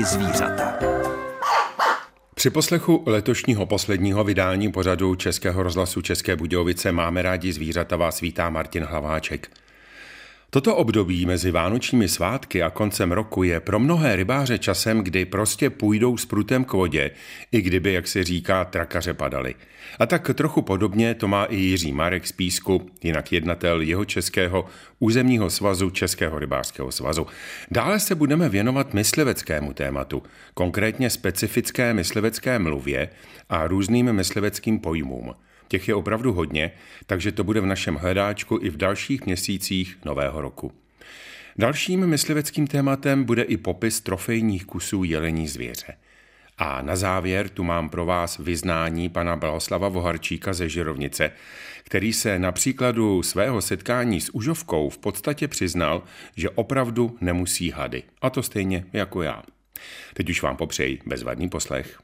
rádi zvířata. Při poslechu letošního posledního vydání pořadu Českého rozhlasu České Budějovice Máme rádi zvířata vás vítá Martin Hlaváček. Toto období mezi vánočními svátky a koncem roku je pro mnohé rybáře časem, kdy prostě půjdou s prutem k vodě, i kdyby, jak se říká, trakaře padaly. A tak trochu podobně to má i Jiří Marek z Písku, jinak jednatel Jihočeského územního svazu Českého rybářského svazu. Dále se budeme věnovat mysliveckému tématu, konkrétně specifické myslivecké mluvě a různým mysliveckým pojmům. Těch je opravdu hodně, takže to bude v našem hledáčku i v dalších měsících nového roku. Dalším mysliveckým tématem bude i popis trofejních kusů jelení zvěře. A na závěr tu mám pro vás vyznání pana Blahoslava Voharčíka ze Žirovnice, který se na příkladu svého setkání s užovkou v podstatě přiznal, že opravdu nemusí hady. A to stejně jako já. Teď už vám popřeji bezvadný poslech.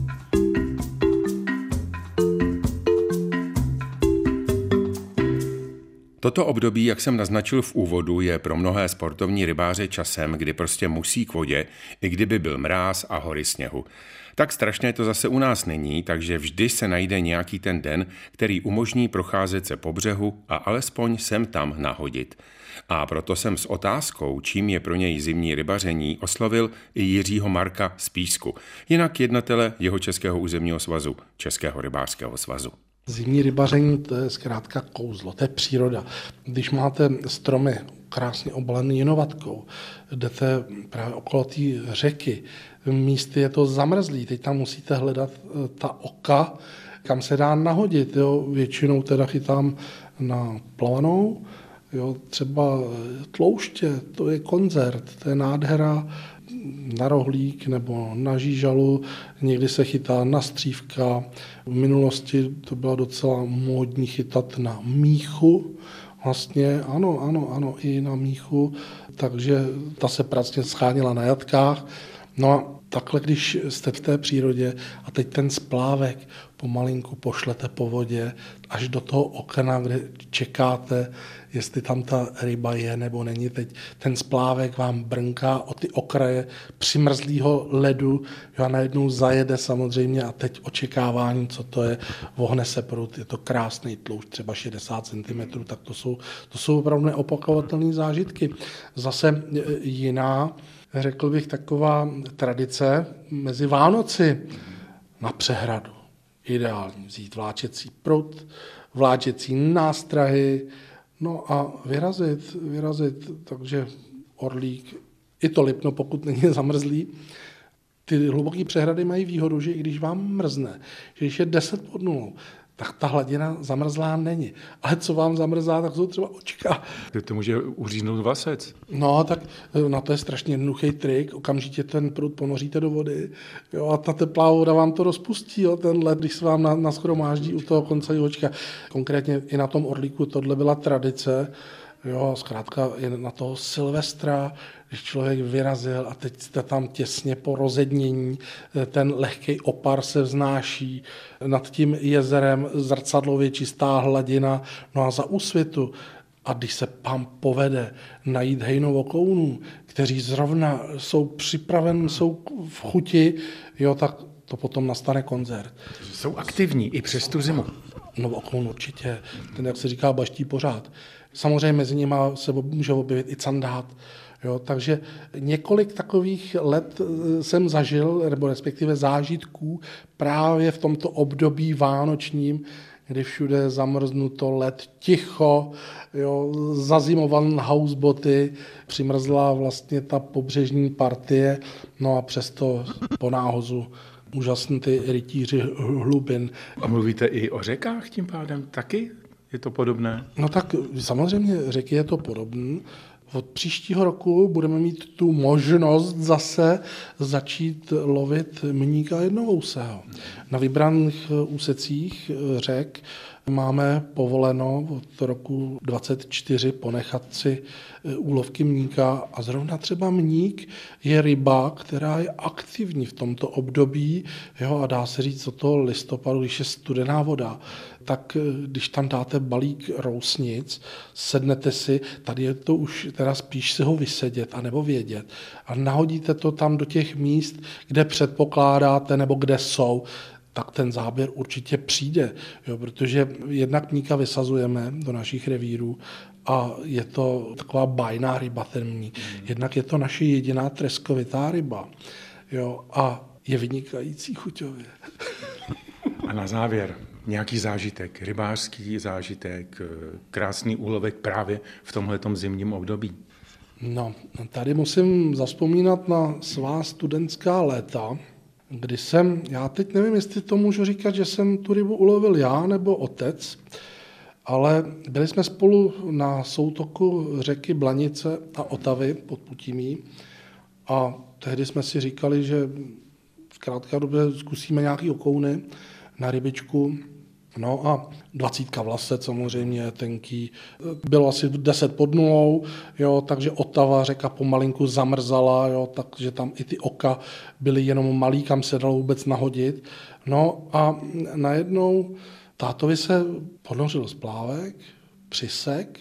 Toto období, jak jsem naznačil v úvodu, je pro mnohé sportovní rybáře časem, kdy prostě musí k vodě, i kdyby byl mráz a hory sněhu. Tak strašné to zase u nás není, takže vždy se najde nějaký ten den, který umožní procházet se po břehu a alespoň sem tam nahodit. A proto jsem s otázkou, čím je pro něj zimní rybaření, oslovil i Jiřího Marka z Písku, jinak jednatele Jihočeského územního svazu, Českého rybářského svazu. Zimní rybaření, to je zkrátka kouzlo, to je příroda. Když máte stromy krásně obalený jinovatkou, jdete právě okolo té řeky, místy je to zamrzlý, teď tam musíte hledat ta oka, kam se dá nahodit. Jo. Většinou teda chytám na plavanou, jo, třeba tlouště, to je koncert, to je nádhera, na rohlík nebo na žížalu, někdy se chytá na střívka. V minulosti to bylo docela módní chytat na míchu, vlastně ano, i na míchu, takže ta se pracně scháněla na jatkách. No a takhle, když jste v té přírodě a teď ten splávek pomalinku pošlete po vodě až do toho okna, kde čekáte, jestli tam ta ryba je nebo není. Teď ten splávek vám brnká o ty okraje přimrzlého ledu, jo, a najednou zajede samozřejmě a teď očekávání, co to je, vohne se prut, je to krásný tloušť, třeba 60 cm, tak to jsou opravdu neopakovatelné zážitky. Zase jiná, řekl bych, taková tradice mezi Vánoci na přehradu. Ideální vzít vláčecí prut, vláčecí nástrahy, no a vyrazit, takže orlík, i to Lipno, pokud není zamrzlý. Ty hluboké přehrady mají výhodu, že i když vám mrzne, že když je 10 pod nulou, tak ta hladina zamrzlá není. Ale co vám zamrzá, tak jsou třeba očka. To může uříznout vlasec. No, tak na to je strašně jednoduchý trik. Okamžitě ten prut ponoříte do vody, jo, a ta teplá voda vám to rozpustí, jo, ten led, když se vám nashromáždí u toho konce očka. Konkrétně i na tom orlíku tohle byla tradice. Jo, zkrátka je na toho Silvestra, když člověk vyrazil a teď jste tam těsně po rozednění, ten lehký opar se vznáší, nad tím jezerem zrcadlově čistá hladina, no a za úsvitu. A když se vám povede najít hejnovokounů, kteří zrovna jsou připraveni, jsou v chuti, jo, tak to potom nastane koncert. Jsou aktivní i přes tu zimu. No okoun určitě, ten, jak se říká, baští pořád. Samozřejmě mezi nimi se může objevit i candát. Jo, takže několik takových let jsem zažil, nebo respektive zážitků právě v tomto období vánočním, kdy všude zamrznuto, led ticho, jo, zazimoval houseboty, přimrzla vlastně ta pobřežní partie, no a přesto po náhozu úžasný ty rytíři hlubin. A mluvíte i o řekách tím pádem taky? Je to podobné? No tak samozřejmě řeky je to podobné. Od příštího roku budeme mít tu možnost zase začít lovit mníka jednovousého. Na vybraných úsecích řek Máme povoleno od roku 2024 ponechat si úlovky mníka a zrovna třeba mník je ryba, která je aktivní v tomto období, jo, a dá se říct od toho listopadu, když je studená voda, tak když tam dáte balík rousnic, sednete si, tady je to už teda spíš si ho vysedět anebo vědět a nahodíte to tam do těch míst, kde předpokládáte nebo kde jsou, tak ten záběr určitě přijde, jo, protože jednak mníka vysazujeme do našich revírů a je to taková bajná ryba ten mník. Jednak je to naše jediná treskovitá ryba, jo, a je vynikající chuťově. A na závěr nějaký zážitek, rybářský zážitek, krásný úlovek právě v tomhletom zimním období. No, tady musím zavzpomínat na svá studentská léta, kdy já teď nevím, jestli to můžu říkat, že jsem tu rybu ulovil já nebo otec, ale byli jsme spolu na soutoku řeky Blanice a Otavy pod Putímí a tehdy jsme si říkali, že zkrátka dobře zkusíme nějaký okouny na rybičku. No a 20 vlasec samozřejmě tenký. Bylo asi 10 pod nulou, jo, takže Otava, řeka pomalinku zamrzala, jo, takže tam i ty oka byly jenom malý, kam se dalo vůbec nahodit. No a najednou tátovi se ponořil splávek, přisek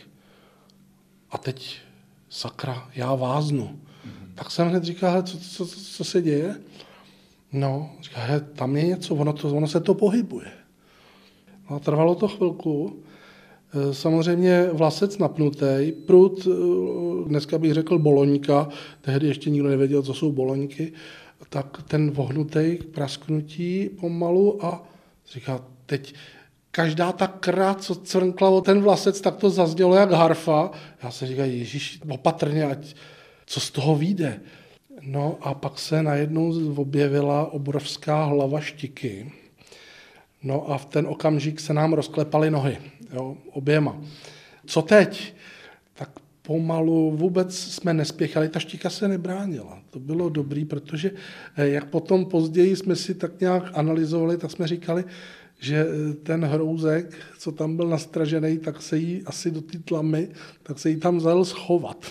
a teď sakra, já váznu. Tak jsem hned říkal, co se děje? No, říká, tam je něco, ono se to pohybuje. A trvalo to chvilku. Samozřejmě vlasec napnutý, prut, dneska bych řekl boloňka, tehdy ještě nikdo nevěděl, co jsou boloňky, tak ten vohnutý k prasknutí pomalu a říká, teď každá ta kra, co crnkla o ten vlasec, tak to zaznělo jak harfa. Já se říkám, ježiš, opatrně, ať co z toho vyjde. No a pak se najednou objevila obrovská hlava štiky. No a v ten okamžik se nám rozklepaly nohy, jo, oběma. Co teď? Tak pomalu vůbec jsme nespěchali, ta štika se nebránila. To bylo dobrý, protože jak potom později jsme si tak nějak analyzovali, tak jsme říkali, že ten hrouzek, co tam byl nastražený, tak se jí asi do té tlamy, tak se jí tam vzal schovat.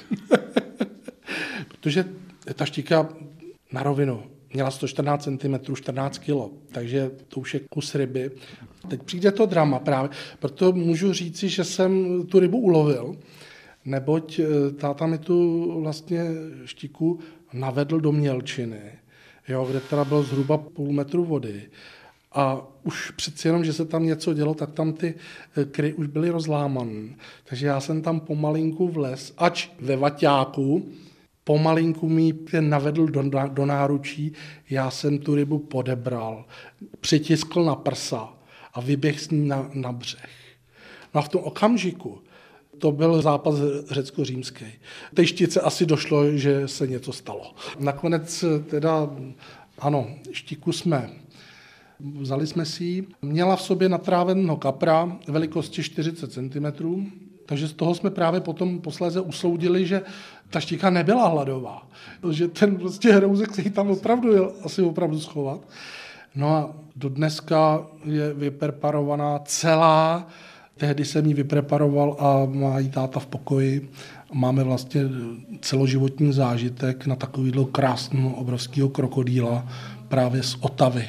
Protože ta štika na rovinu měla 114 cm, 14 kg, takže to už je kus ryby. Teď přijde to drama právě, proto můžu říci, že jsem tu rybu ulovil, neboť táta mi tu vlastně štiku navedl do mělčiny, jo, kde teda bylo zhruba půl metru vody. A už přeci jenom, že se tam něco dělo, tak tam ty kry už byly rozlámané. Takže já jsem tam pomalinku vlez, ač ve vaťáku, pomalinku mi navedl do náručí, já jsem tu rybu podebral, přitiskl na prsa a vyběhl s ní na břeh. No a v tom okamžiku to byl zápas řecko-římský. Té štice asi došlo, že se něco stalo. Nakonec teda, ano, štiku vzali jsme si ji. Měla v sobě natráveného kapra velikosti 40 cm, takže z toho jsme právě potom posléze usoudili, že ta štika nebyla hladová. Že ten prostě hrouzek se jí tam opravdu jel asi opravdu schovat. No a do dneska je vypreparovaná celá. Tehdy jsem ji vypreparoval a má jí táta v pokoji. Máme vlastně celoživotní zážitek na takovýhle krásného obrovského krokodýla právě z Otavy.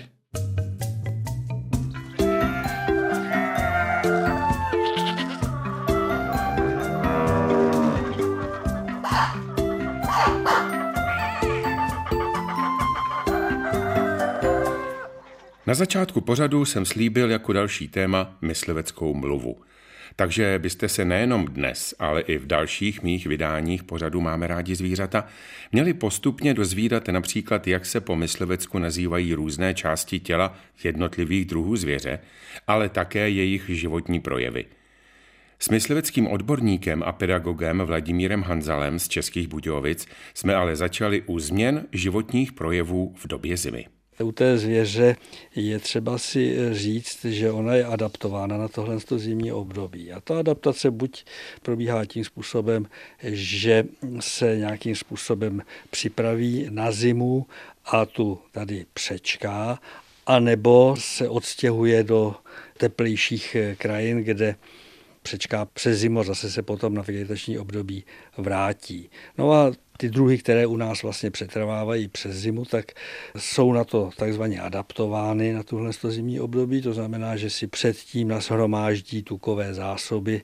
Na začátku pořadu jsem slíbil jako další téma mysliveckou mluvu. Takže byste se nejenom dnes, ale i v dalších mých vydáních pořadu Máme rádi zvířata měli postupně dozvídat například, jak se po myslivecku nazývají různé části těla jednotlivých druhů zvěře, ale také jejich životní projevy. S mysliveckým odborníkem a pedagogem Vladimírem Hanzalem z Českých Budějovic jsme ale začali u změn životních projevů v době zimy. U té zvěře je třeba si říct, že ona je adaptována na tohle zimní období. A ta adaptace buď probíhá tím způsobem, že se nějakým způsobem připraví na zimu a tu tady přečká, anebo se odstěhuje do teplejších krajin, kde přečká přes zimu a zase se potom na vegetační období vrátí. No a ty druhy, které u nás vlastně přetrvávají přes zimu, tak jsou na to takzvaně adaptovány na tuhle zimní období, to znamená, že si předtím nashromáždí tukové zásoby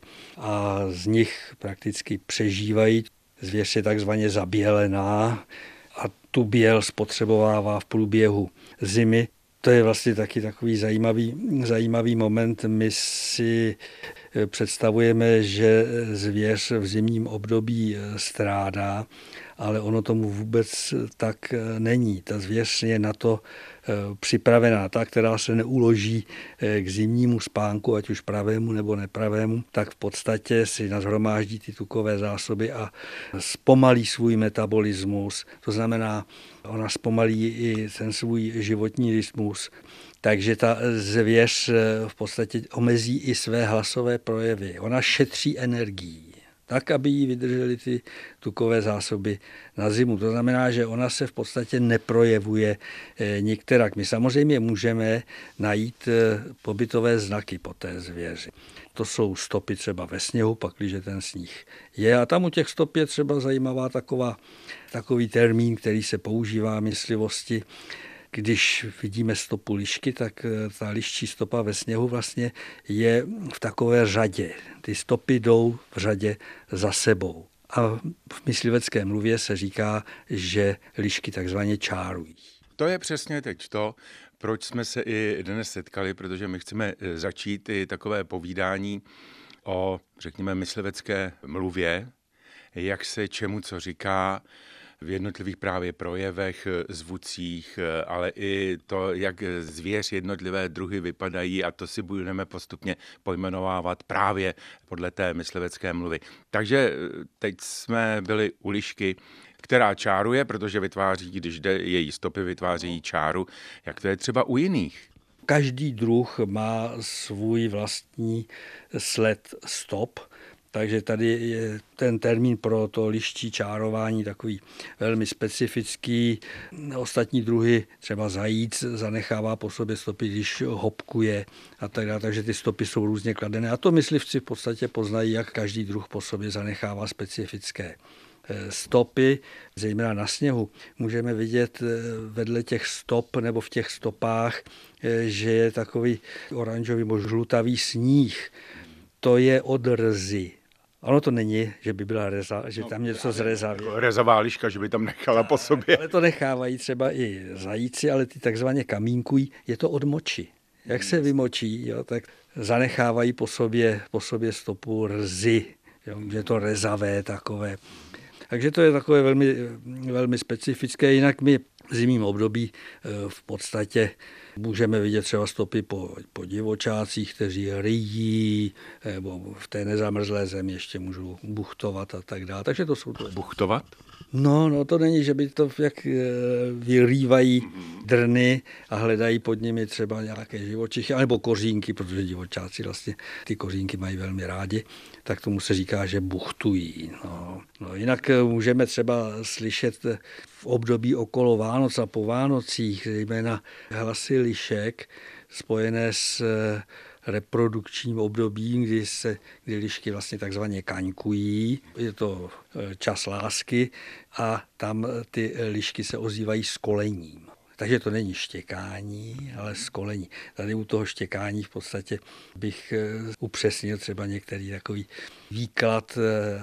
a z nich prakticky přežívají. Zvěř je takzvaně zabělená a tu běl spotřebovává v průběhu zimy. To je vlastně taky takový zajímavý moment. My si představujeme, že zvěř v zimním období strádá, ale ono tomu vůbec tak není. Ta zvěř je na to připravená, ta, která se neuloží k zimnímu spánku, ať už pravému nebo nepravému, tak v podstatě si nashromáždí ty tukové zásoby a zpomalí svůj metabolismus. To znamená, ona zpomalí i ten svůj životní rytmus. Takže ta zvěř v podstatě omezí i své hlasové projevy. Ona šetří energií, tak, aby jí vydržely ty tukové zásoby na zimu. To znamená, že ona se v podstatě neprojevuje nikterak. My samozřejmě můžeme najít pobytové znaky po té zvěři. To jsou stopy třeba ve sněhu, pakliže ten sníh je. A tam u těch stop je třeba zajímavá takový termín, který se používá v myslivosti. Když vidíme stopu lišky, tak ta liščí stopa ve sněhu vlastně je v takové řadě. Ty stopy jdou v řadě za sebou. A v myslivecké mluvě se říká, že lišky takzvaně čárují. To je přesně teď to, proč jsme se i dnes setkali, protože my chceme začít i takové povídání o, řekněme, myslivecké mluvě, jak se čemu co říká, v jednotlivých právě projevech, zvucích, ale i to, jak zvěř jednotlivé druhy vypadají, a to si budeme postupně pojmenovávat právě podle té myslivecké mluvy. Takže teď jsme byli u lišky, která čáruje, protože vytváří, když jde její stopy, vytváří čáru. Jak to je třeba u jiných? Každý druh má svůj vlastní sled stop, takže tady je ten termín pro to liščí čárování takový velmi specifický. Ostatní druhy, třeba zajíc, zanechává po sobě stopy, když hopkuje a tak dále, takže ty stopy jsou různě kladené. A to myslivci v podstatě poznají, jak každý druh po sobě zanechává specifické stopy, zejména na sněhu. Můžeme vidět vedle těch stop nebo v těch stopách, že je takový oranžový nebo žlutavý sníh. To je od rzy. Ono to není, že by byla reza, že tam něco zrezaví. Rezavá liška, že by tam nechala po sobě. Ale to nechávají třeba i zajíci, ale ty takzvaně kamínkují, je to od moči. Jak se vymočí, jo, tak zanechávají po sobě stopu rzy. Jo, je to rezavé takové. Takže to je takové velmi, velmi specifické. Jinak my v zimním období v podstatě můžeme vidět třeba stopy po divočácích, kteří ryjí, nebo v té nezamrzlé zemi ještě můžou buchtovat a tak dále. Takže to jsou to. Buchtovat? No, to není, že by to jak vyrývají drny a hledají pod nimi třeba nějaké živočichy, nebo kořínky, protože divočáci vlastně ty kořínky mají velmi rádi, tak tomu se říká, že buchtují. No, jinak můžeme třeba slyšet v období okolo Vánoc a po Vánocích, zejména hlasy lišek spojené s reprodukčním obdobím, kdy lišky vlastně takzvaně kaňkují. Je to čas lásky a tam ty lišky se ozývají s kolením. Takže to není štěkání, ale skolení. Tady u toho štěkání v podstatě bych upřesnil třeba některý takový výklad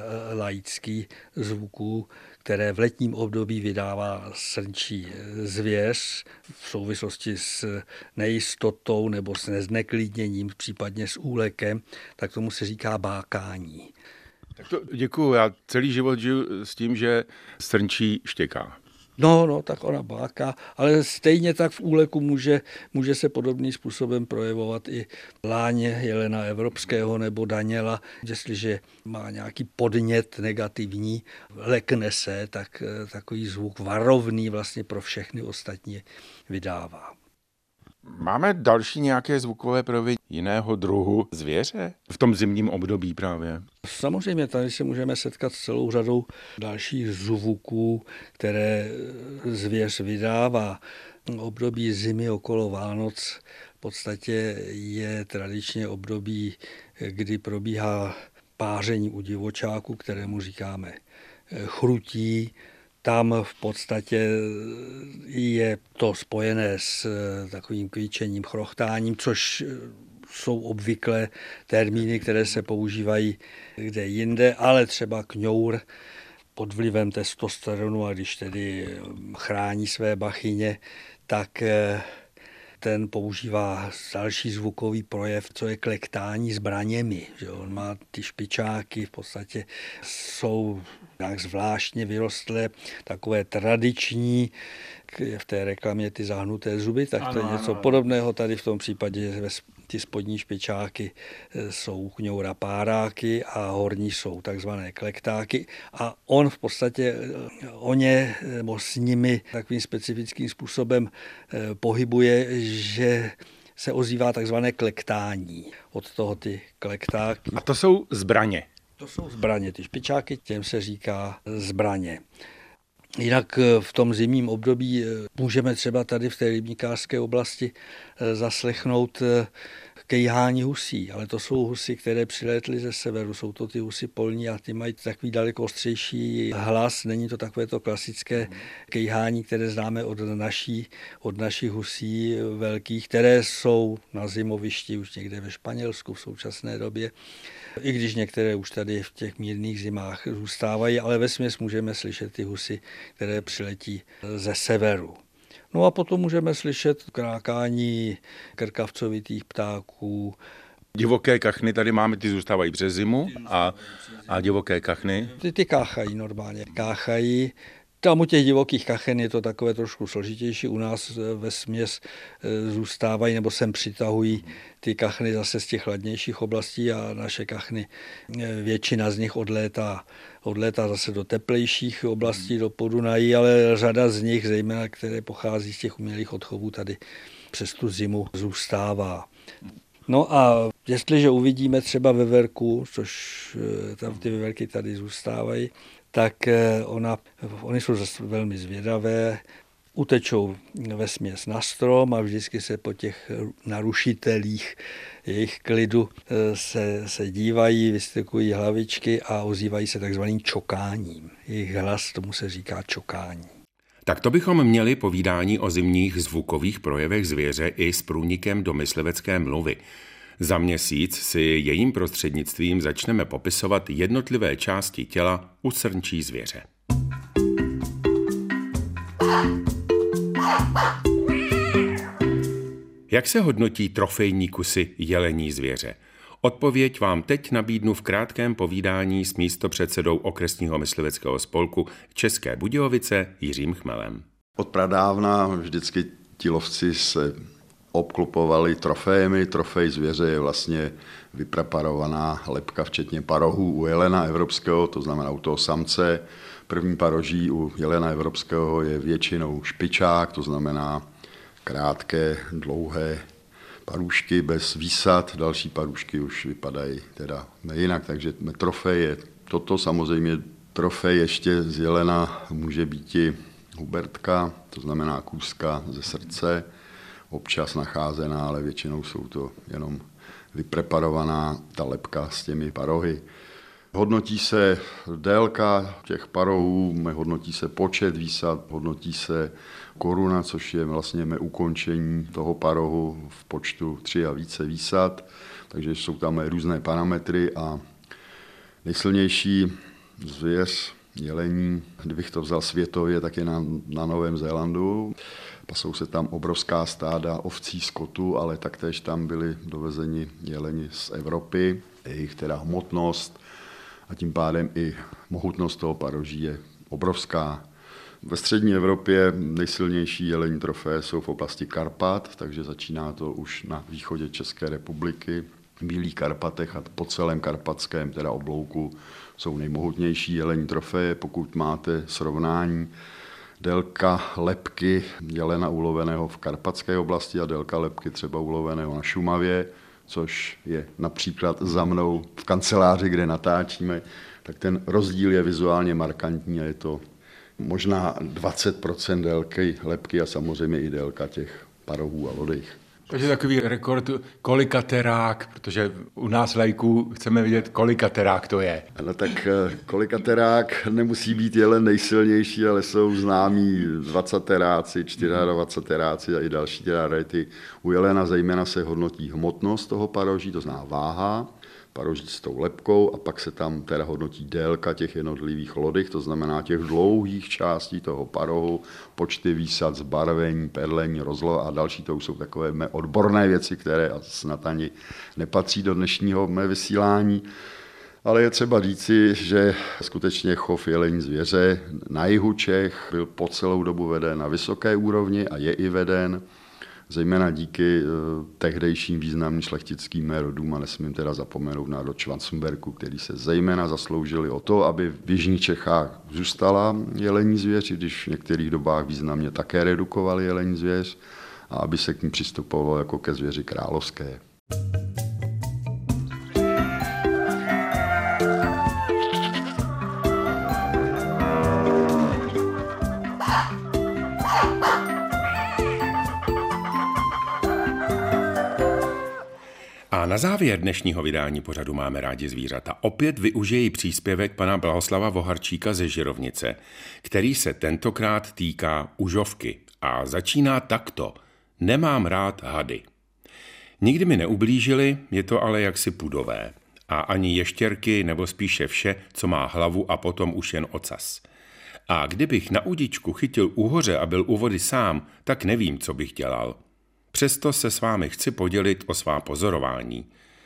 laický zvuků, které v letním období vydává srnčí zvěř v souvislosti s nejistotou nebo s nezneklidněním, případně s úlekem, tak tomu se říká bákání. Tak to děkuju. Já celý život žiju s tím, že srnčí štěká. No, tak ona báká, ale stejně tak v úleku může se podobným způsobem projevovat i láně jelena evropského nebo daněla. Jestliže má nějaký podnět negativní, lekne se, tak takový zvuk varovný vlastně pro všechny ostatní vydává. Máme další nějaké zvukové projevy jiného druhu zvěře v tom zimním období právě? Samozřejmě tady se můžeme setkat s celou řadou dalších zvuků, které zvěř vydává. období zimy okolo Vánoc v podstatě je tradičně období, kdy probíhá páření u divočáku, kterému říkáme chrutí. Tam v podstatě je to spojené s takovým kvičením, chrochtáním, což jsou obvykle termíny, které se používají kde jinde, ale třeba kňour pod vlivem testosteronu, a když tedy chrání své bachyně, tak ten používá další zvukový projev, co je klektání zbraněmi. Že on má ty špičáky, v podstatě jsou nějak zvláštně vyrostlé, takové tradiční, v té reklamě ty zahnuté zuby, tak to je něco podobného tady v tom případě. Ty spodní špičáky jsou kňoura páráky a horní jsou takzvané klektáky a on v podstatě s nimi takovým specifickým způsobem pohybuje, že se ozývá takzvané klektání. Od toho ty klektáky. A to jsou zbraně? To jsou zbraně, ty špičáky, těm se říká zbraně. Jinak v tom zimním období můžeme třeba tady v té rybníkářské oblasti zaslechnout kejhání husí, ale to jsou husy, které přilétly ze severu, jsou to ty husy polní a ty mají takový daleko ostřejší hlas, není to takové to klasické kejhání, které známe od našich husí velkých, které jsou na zimovišti už někde ve Španělsku v současné době, i když některé už tady v těch mírných zimách zůstávají, ale vesměs můžeme slyšet ty husy, které přiletí ze severu. No a potom můžeme slyšet krákání krkavcovitých ptáků. Divoké kachny tady máme, ty zůstávají přes zimu a divoké kachny? Ty káchají normálně, káchají. Tam u těch divokých kachen je to takové trošku složitější. U nás vesměs zůstávají nebo sem přitahují ty kachny zase z těch chladnějších oblastí a naše kachny, většina z nich odlétá zase do teplejších oblastí, do Podunají, ale řada z nich, zejména které pochází z těch umělých odchovů, tady přes tu zimu zůstává. No a jestliže uvidíme třeba veverku, což tam ty veverky tady zůstávají, tak oni jsou zase velmi zvědavé, utečou vesměs na strom a vždycky se po těch narušitelích jejich klidu se dívají, vystrkují hlavičky a ozývají se takzvaným čokáním. Jejich hlas, tomu se říká čokání. Tak to bychom měli povídání o zimních zvukových projevech zvěře i s průnikem do myslivecké mluvy. Za měsíc si jejím prostřednictvím začneme popisovat jednotlivé části těla u srnčí zvěře. Jak se hodnotí trofejní kusy jelení zvěře? Odpověď vám teď nabídnu v krátkém povídání s místopředsedou okresního mysliveckého spolku České Budějovice Jiřím Chmelem. Od pradávna vždycky ti lovci se obklopovali trofejemi. Trofej zvěře je vlastně vypreparovaná lebka, včetně parohů u jelena evropského, to znamená u toho samce. První paroží u jelena evropského je většinou špičák, to znamená krátké, dlouhé parůžky bez výsad, další parůžky už vypadají teda jinak, takže trofej je toto. Samozřejmě trofej ještě z jelena může být i hubertka, to znamená kůzka ze srdce, občas nacházená, ale většinou jsou to jenom vypreparovaná ta lebka s těmi parohy. Hodnotí se délka těch parohů, hodnotí se počet výsad, hodnotí se koruna, což je vlastně ukončení toho parohu v počtu 3 a více výsad, takže jsou tam různé parametry a nejsilnější zvěř jelení, kdybych to vzal světově, tak je na Novém Zélandu. Pasou se tam obrovská stáda ovcí, skotu, ale taktéž tam byli dovezeni jeleni z Evropy. Jejich teda hmotnost a tím pádem i mohutnost toho paroží je obrovská. Ve střední Evropě nejsilnější jelení trofeje jsou v oblasti Karpat, takže začíná to už na východě České republiky. V Bílých Karpatech a po celém karpatském teda oblouku jsou nejmohutnější jelení trofeje. Pokud máte srovnání délka lebky jelena uloveného v karpatské oblasti a délka lebky třeba uloveného na Šumavě, což je například za mnou v kanceláři, kde natáčíme, tak ten rozdíl je vizuálně markantní a možná 20% délky lebky a samozřejmě i délka těch parohů a lodych. Takže takový rekord kolikaterák, protože u nás laiků chceme vidět, kolikaterák to je. No tak kolikaterák nemusí být jelen nejsilnější, ale jsou známí 20teráci, 24teráci a i další terárety. U jelena zejména se hodnotí hmotnost toho paroží, to znamená váha, paroží s tou lebkou a pak se tam teda hodnotí délka těch jednotlivých lodych, to znamená těch dlouhých částí toho parohu, počty výsad, zbarvení, perlení, rozloha a další, to už jsou takové mé odborné věci, které snad ani nepatří do dnešního mé vysílání. Ale je třeba říci, že skutečně chov jelení zvěře na jihu Čech byl po celou dobu veden na vysoké úrovni a je i veden, zejména díky tehdejším významným šlechtickým rodům a nesmím teda zapomenout na rod Schwarzenbergů, který se zejména zasloužili o to, aby v jižních Čechách zůstala jelení zvěř, když v některých dobách významně také redukovali jelení zvěř a aby se k ní přistupovalo jako ke zvěři královské. A na závěr dnešního vydání pořadu Máme rádi zvířata opět využijí příspěvek pana Blahoslava Voharčíka ze Žirovnice, který se tentokrát týká užovky a začíná takto. Nemám rád hady. Nikdy mi neublížili, je to ale jaksi pudové. A ani ještěrky, nebo spíše vše, co má hlavu a potom už jen ocas. A kdybych na udičku chytil úhoře a byl u vody sám, tak nevím, co bych dělal. Přesto se s vámi chci podělit o svá pozorování.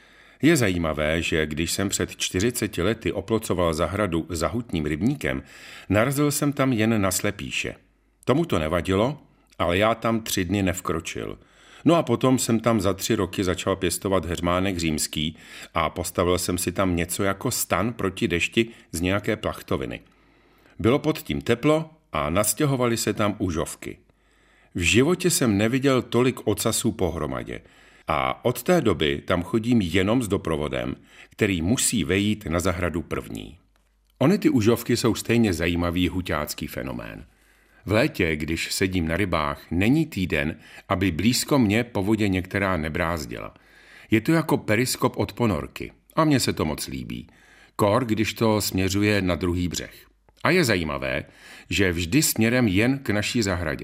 Je zajímavé, že když jsem před 40 lety oplocoval zahradu za hutním rybníkem, narazil jsem tam jen na slepýše. Tomu to nevadilo, ale já tam 3 dny nevkročil. No a potom jsem tam za 3 roky začal pěstovat heřmánek římský a postavil jsem si tam něco jako stan proti dešti z nějaké plachtoviny. Bylo pod tím teplo a nastěhovaly se tam užovky. V životě jsem neviděl tolik ocasů pohromadě a od té doby tam chodím jenom s doprovodem, který musí vejít na zahradu první. Ony ty užovky jsou stejně zajímavý huťácký fenomén. V létě, když sedím na rybách, není týden, aby blízko mě po vodě některá nebrázdila. Je to jako periskop od ponorky a mně se to moc líbí. Kor, když to směřuje na druhý břeh. A je zajímavé, že vždy směrem jen k naší zahradě.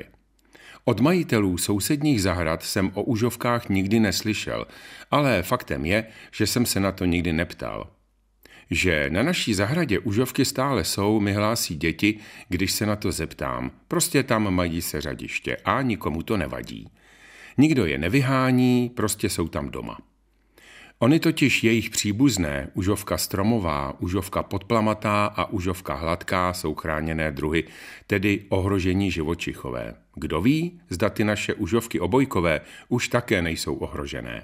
Od majitelů sousedních zahrad jsem o užovkách nikdy neslyšel, ale faktem je, že jsem se na to nikdy neptal. Že na naší zahradě užovky stále jsou, mi hlásí děti, když se na to zeptám. Prostě tam mají seřadiště a nikomu to nevadí. Nikdo je nevyhání, prostě jsou tam doma. Ony totiž jejich příbuzné, užovka stromová, užovka podplamatá a užovka hladká jsou chráněné druhy, tedy ohrožení živočichové. Kdo ví, zda ty naše užovky obojkové už také nejsou ohrožené.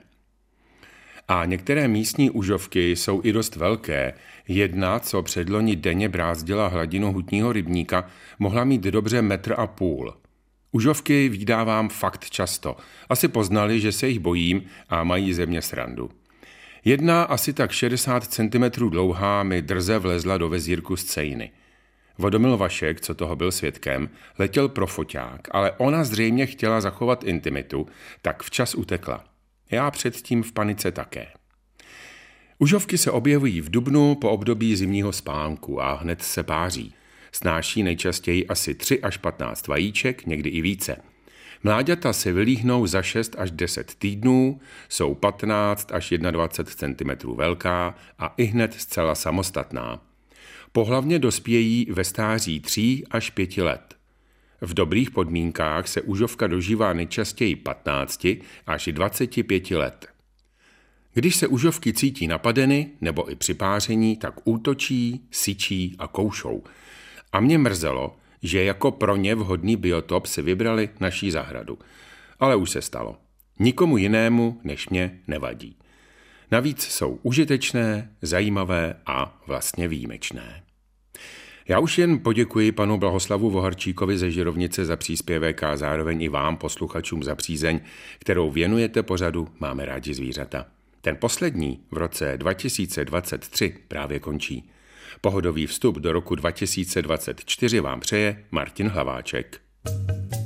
A některé místní užovky jsou i dost velké. Jedna, co předloni denně brázdila hladinu hutního rybníka, mohla mít dobře 1,5 metru. Užovky vídávám fakt často. Asi poznali, že se jich bojím a mají ze mě srandu. Jedna asi tak 60 cm dlouhá mi drze vlezla do vezírku z cejny. Vodomil Vašek, co toho byl svědkem, letěl pro foťák, ale ona zřejmě chtěla zachovat intimitu, tak včas utekla. Já předtím v panice také. Užovky se objevují v dubnu po období zimního spánku a hned se páří. Snáší nejčastěji asi 3 až 15 vajíček, někdy i více. Mláďata se vylíhnou za 6 až 10 týdnů, jsou 15 až 21 cm velká a ihned zcela samostatná. Pohlavně dospějí ve stáří 3 až 5 let. V dobrých podmínkách se užovka dožívá nejčastěji 15 až 25 let. Když se užovky cítí napadeny nebo i při páření, tak útočí, syčí a koušou. A mě mrzelo, že jako pro ně vhodný biotop si vybrali naší zahradu. Ale už se stalo. Nikomu jinému než mě nevadí. Navíc jsou užitečné, zajímavé a vlastně výjimečné. Já už jen poděkuji panu Blahoslavu Voharčíkovi ze Žirovnice za příspěvek a zároveň i vám, posluchačům, za přízeň, kterou věnujete pořadu Máme rádi zvířata. Ten poslední v roce 2023 právě končí. Pohodový vstup do roku 2024 vám přeje Martin Hlaváček.